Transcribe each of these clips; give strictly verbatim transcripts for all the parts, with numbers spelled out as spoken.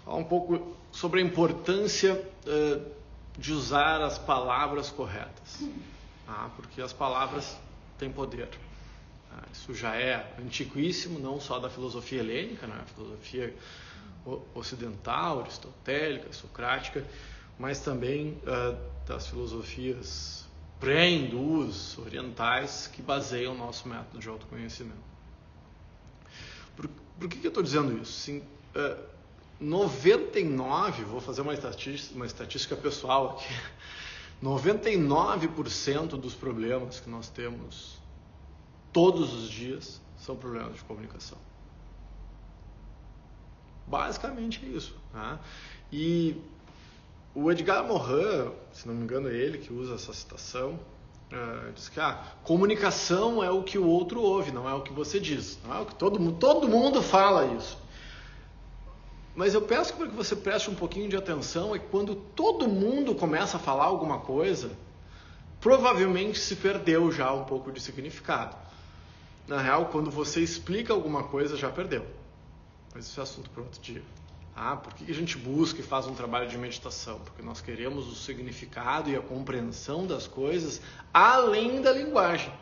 falar um pouco sobre a importância uh, de usar as palavras corretas, tá? Porque as palavras têm poder. Tá? Isso já é antiquíssimo, não só da filosofia helênica, né? A filosofia ocidental, aristotélica, socrática, mas também uh, das filosofias pré-hindus, orientais, que baseiam o nosso método de autoconhecimento. Por, por que, que eu estou dizendo isso? Sim, uh, noventa e nove, vou fazer uma estatística, uma estatística pessoal aqui, noventa e nove por cento dos problemas que nós temos todos os dias são problemas de comunicação. Basicamente é isso. Tá? E o Edgar Morin, se não me engano é ele que usa essa citação, uh, diz que ah, comunicação é o que o outro ouve, não é o que você diz. Não é o que todo mundo, todo mundo fala isso. Mas eu peço para que você preste um pouquinho de atenção, é que quando todo mundo começa a falar alguma coisa, provavelmente se perdeu já um pouco de significado. Na real, quando você explica alguma coisa, já perdeu. Mas isso é assunto para outro dia. Ah, por que a gente busca e faz um trabalho de meditação? Porque nós queremos o significado e a compreensão das coisas além da linguagem.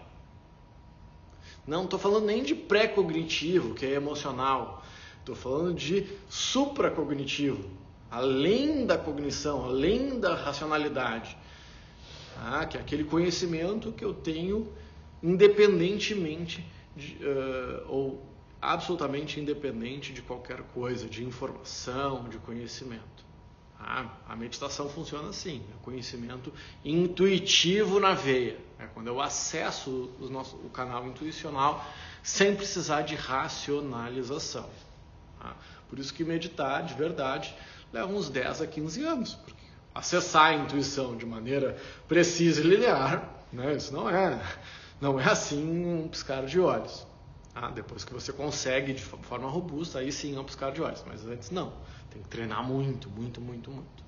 Não estou falando nem de pré-cognitivo, que é emocional. Estou falando de supracognitivo, além da cognição, além da racionalidade. Ah, que é aquele conhecimento que eu tenho independentemente de, uh, ou absolutamente independente de qualquer coisa, de informação, de conhecimento. Ah, a meditação funciona assim, é conhecimento intuitivo na veia, é quando eu acesso o, nosso, o canal intuicional sem precisar de racionalização. Ah, por isso que meditar de verdade leva uns dez a quinze anos, porque acessar a intuição de maneira precisa e linear, né, isso não é, não é assim um piscar de olhos. Ah, depois que você consegue de forma robusta, aí sim é um piscar de olhos, mas antes não. Tem que treinar muito, muito, muito, muito.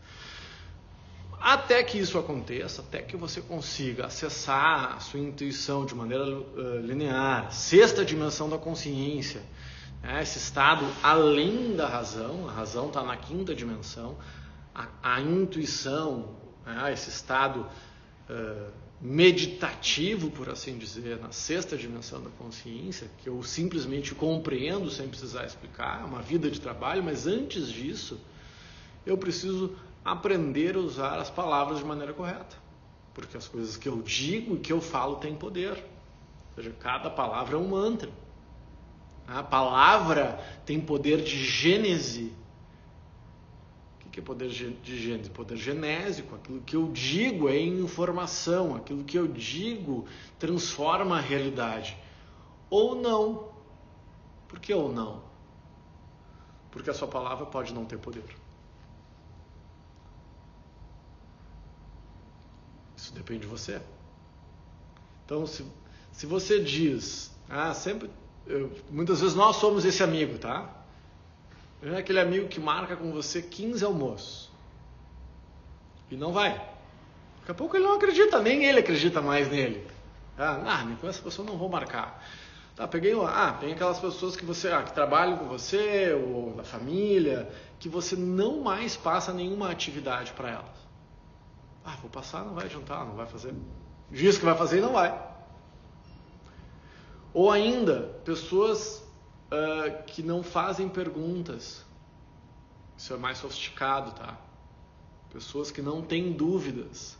Até que isso aconteça, até que você consiga acessar a sua intuição de maneira uh, linear, sexta dimensão da consciência, né, esse estado além da razão, a razão está na quinta dimensão, a, a intuição, né, esse estado uh, meditativo, por assim dizer, na sexta dimensão da consciência, que eu simplesmente compreendo sem precisar explicar, é uma vida de trabalho, mas antes disso, eu preciso aprender a usar as palavras de maneira correta, porque as coisas que eu digo e que eu falo têm poder, ou seja, cada palavra é um mantra. A palavra tem poder de gênese. O que é poder de gênese? Poder genésico. Aquilo que eu digo é informação. Aquilo que eu digo transforma a realidade. Ou não. Por que ou não? Porque a sua palavra pode não ter poder. Isso depende de você. Então, se, se você diz... Ah, sempre... Eu, muitas vezes nós somos esse amigo, tá? É aquele amigo que marca com você quinze almoços e não vai. Daqui a pouco ele não acredita, nem ele acredita mais nele. Ah, com essa pessoa não vou marcar. Tá, peguei lá, ah, tem aquelas pessoas que você, ah, que trabalham com você ou da família, que você não mais passa nenhuma atividade para elas. Ah, vou passar, não vai adiantar, não vai fazer. Diz que vai fazer e não vai. Ou ainda, pessoas uh, que não fazem perguntas. Isso é mais sofisticado, tá? Pessoas que não têm dúvidas.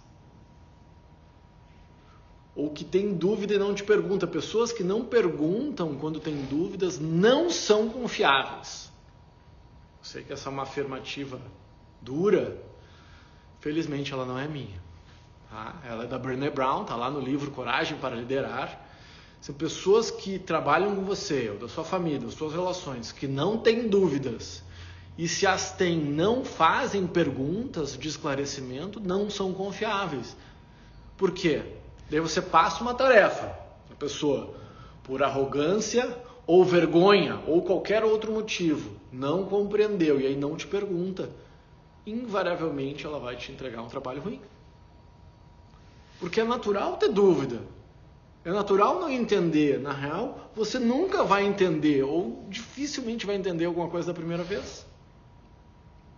Ou que têm dúvida e não te perguntam. Pessoas que não perguntam quando têm dúvidas não são confiáveis. Eu sei que essa é uma afirmativa dura. Felizmente ela não é minha. Tá? Ela é da Brené Brown, tá lá no livro Coragem para Liderar. São pessoas que trabalham com você, ou da sua família, das suas relações, que não têm dúvidas. E se as têm, não fazem perguntas de esclarecimento, não são confiáveis. Por quê? Daí você passa uma tarefa. A pessoa, por arrogância ou vergonha, ou qualquer outro motivo, não compreendeu e aí não te pergunta. Invariavelmente ela vai te entregar um trabalho ruim. Porque é natural ter dúvida. É natural não entender. Na real, você nunca vai entender ou dificilmente vai entender alguma coisa da primeira vez.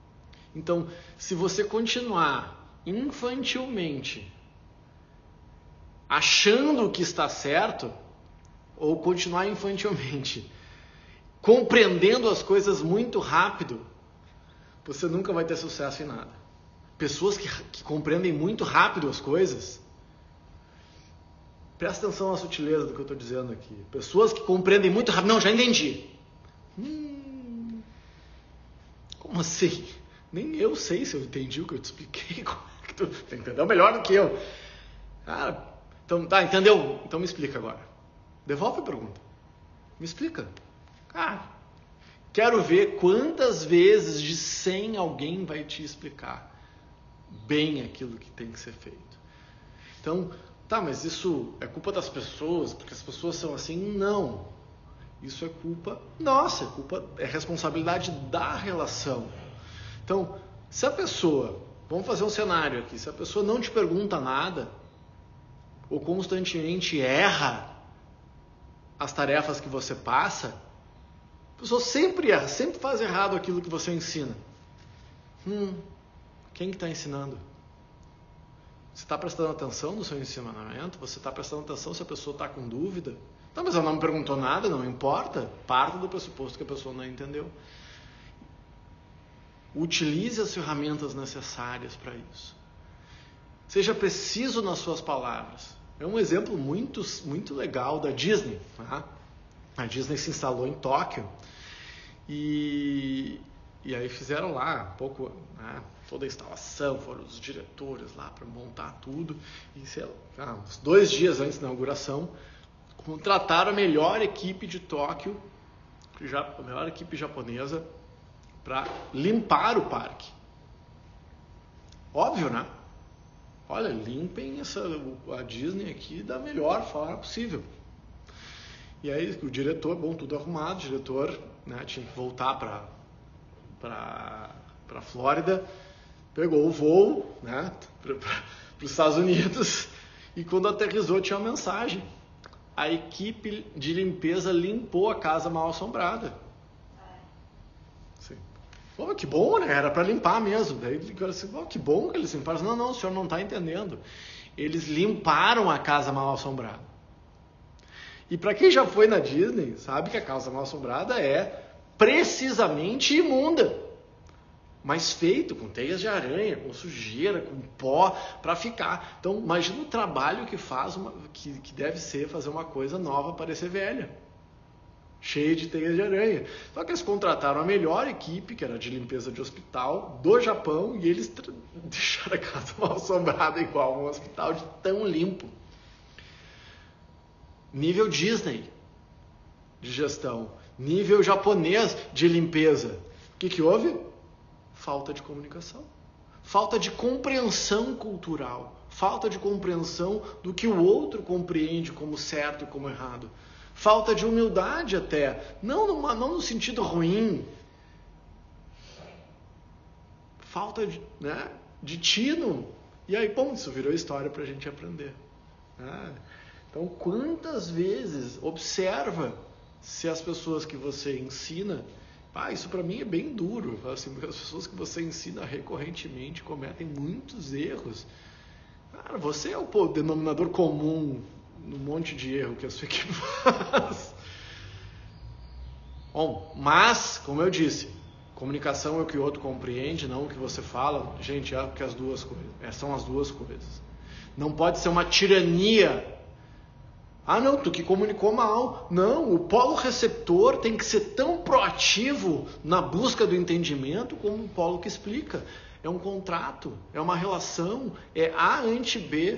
Então, se você continuar infantilmente achando que está certo, ou continuar infantilmente compreendendo as coisas muito rápido, você nunca vai ter sucesso em nada. Pessoas que, que compreendem muito rápido as coisas, presta atenção na sutileza do que eu estou dizendo aqui. Pessoas que compreendem muito rápido, não, já entendi. Hum, como assim? Nem eu sei se eu entendi o que eu te expliquei. Como é que tu, tu entendeu melhor do que eu? Cara, então tá, entendeu? Então me explica agora. Devolve a pergunta. Me explica. Cara, quero ver quantas vezes de cem alguém vai te explicar bem aquilo que tem que ser feito. Então, tá, mas isso é culpa das pessoas, porque as pessoas são assim? Não. Isso é culpa nossa, é culpa, é responsabilidade da relação. Então, se a pessoa, vamos fazer um cenário aqui, se a pessoa não te pergunta nada, ou constantemente erra as tarefas que você passa, a pessoa sempre erra, sempre faz errado aquilo que você ensina. Hum, quem que está ensinando? Você está prestando atenção no seu ensinamento? Você está prestando atenção se a pessoa está com dúvida? Não, mas ela não me perguntou nada, não importa. Parte do pressuposto que a pessoa não entendeu. Utilize as ferramentas necessárias para isso. Seja preciso nas suas palavras. É um exemplo muito, muito legal da Disney. Tá? A Disney se instalou em Tóquio e, e aí fizeram lá um pouco, né, toda a instalação, foram os diretores lá para montar tudo. E sei lá, uns dois dias antes da inauguração, contrataram a melhor equipe de Tóquio, a melhor equipe japonesa, para limpar o parque. Óbvio, né? Olha, limpem essa, a Disney aqui da melhor forma possível. E aí o diretor, bom, tudo arrumado, o diretor, né, tinha que voltar para para para Flórida, pegou o voo, né, para os Estados Unidos, e quando aterrissou tinha uma mensagem. A equipe de limpeza limpou a casa mal assombrada. Sim. Pô, que bom, né? Era para limpar mesmo. Daí ele assim, oh, que bom que eles limparam. Não, não, o senhor não está entendendo. Eles limparam a casa mal assombrada. E para quem já foi na Disney, sabe que a casa mal assombrada é precisamente imunda. Mas feito com teias de aranha, com sujeira, com pó, para ficar. Então, imagina o trabalho que faz, uma, que, que deve ser fazer uma coisa nova parecer velha. Cheia de teias de aranha. Só que eles contrataram a melhor equipe, que era de limpeza de hospital, do Japão, e eles tra- deixaram a casa mal assombrada igual um hospital de tão limpo. Nível Disney de gestão. Nível japonês de limpeza. O que que houve? Falta de comunicação. Falta de compreensão cultural. Falta de compreensão do que o outro compreende como certo e como errado. Falta de humildade até. Não, numa, não no sentido ruim. Falta de, né, de tino. E aí, bom, isso virou história para a gente aprender. Né? Então, quantas vezes observa se as pessoas que você ensina... Ah, isso para mim é bem duro. Assim, as pessoas que você ensina recorrentemente cometem muitos erros. Cara, você é o pô, denominador comum no monte de erro que a sua equipe faz. Bom, mas, como eu disse, comunicação é o que o outro compreende, não o que você fala. Gente, é que as duas coisas. São as duas coisas. Não pode ser uma tirania. Ah, não, tu que comunicou mal. Não, o polo receptor tem que ser tão proativo na busca do entendimento como o polo que explica. É um contrato, é uma relação, é A ante B.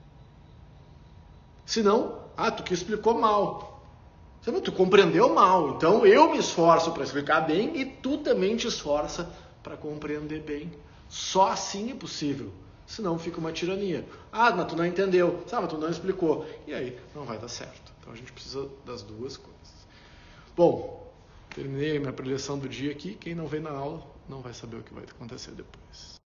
Senão, ah, tu que explicou mal. Não, tu compreendeu mal, então eu me esforço para explicar bem e tu também te esforça para compreender bem. Só assim é possível. Senão fica uma tirania. Ah, mas tu não entendeu. Sabe, mas tu não explicou. E aí não vai dar certo. Então a gente precisa das duas coisas. Bom, terminei a minha preleção do dia aqui. Quem não vem na aula não vai saber o que vai acontecer depois.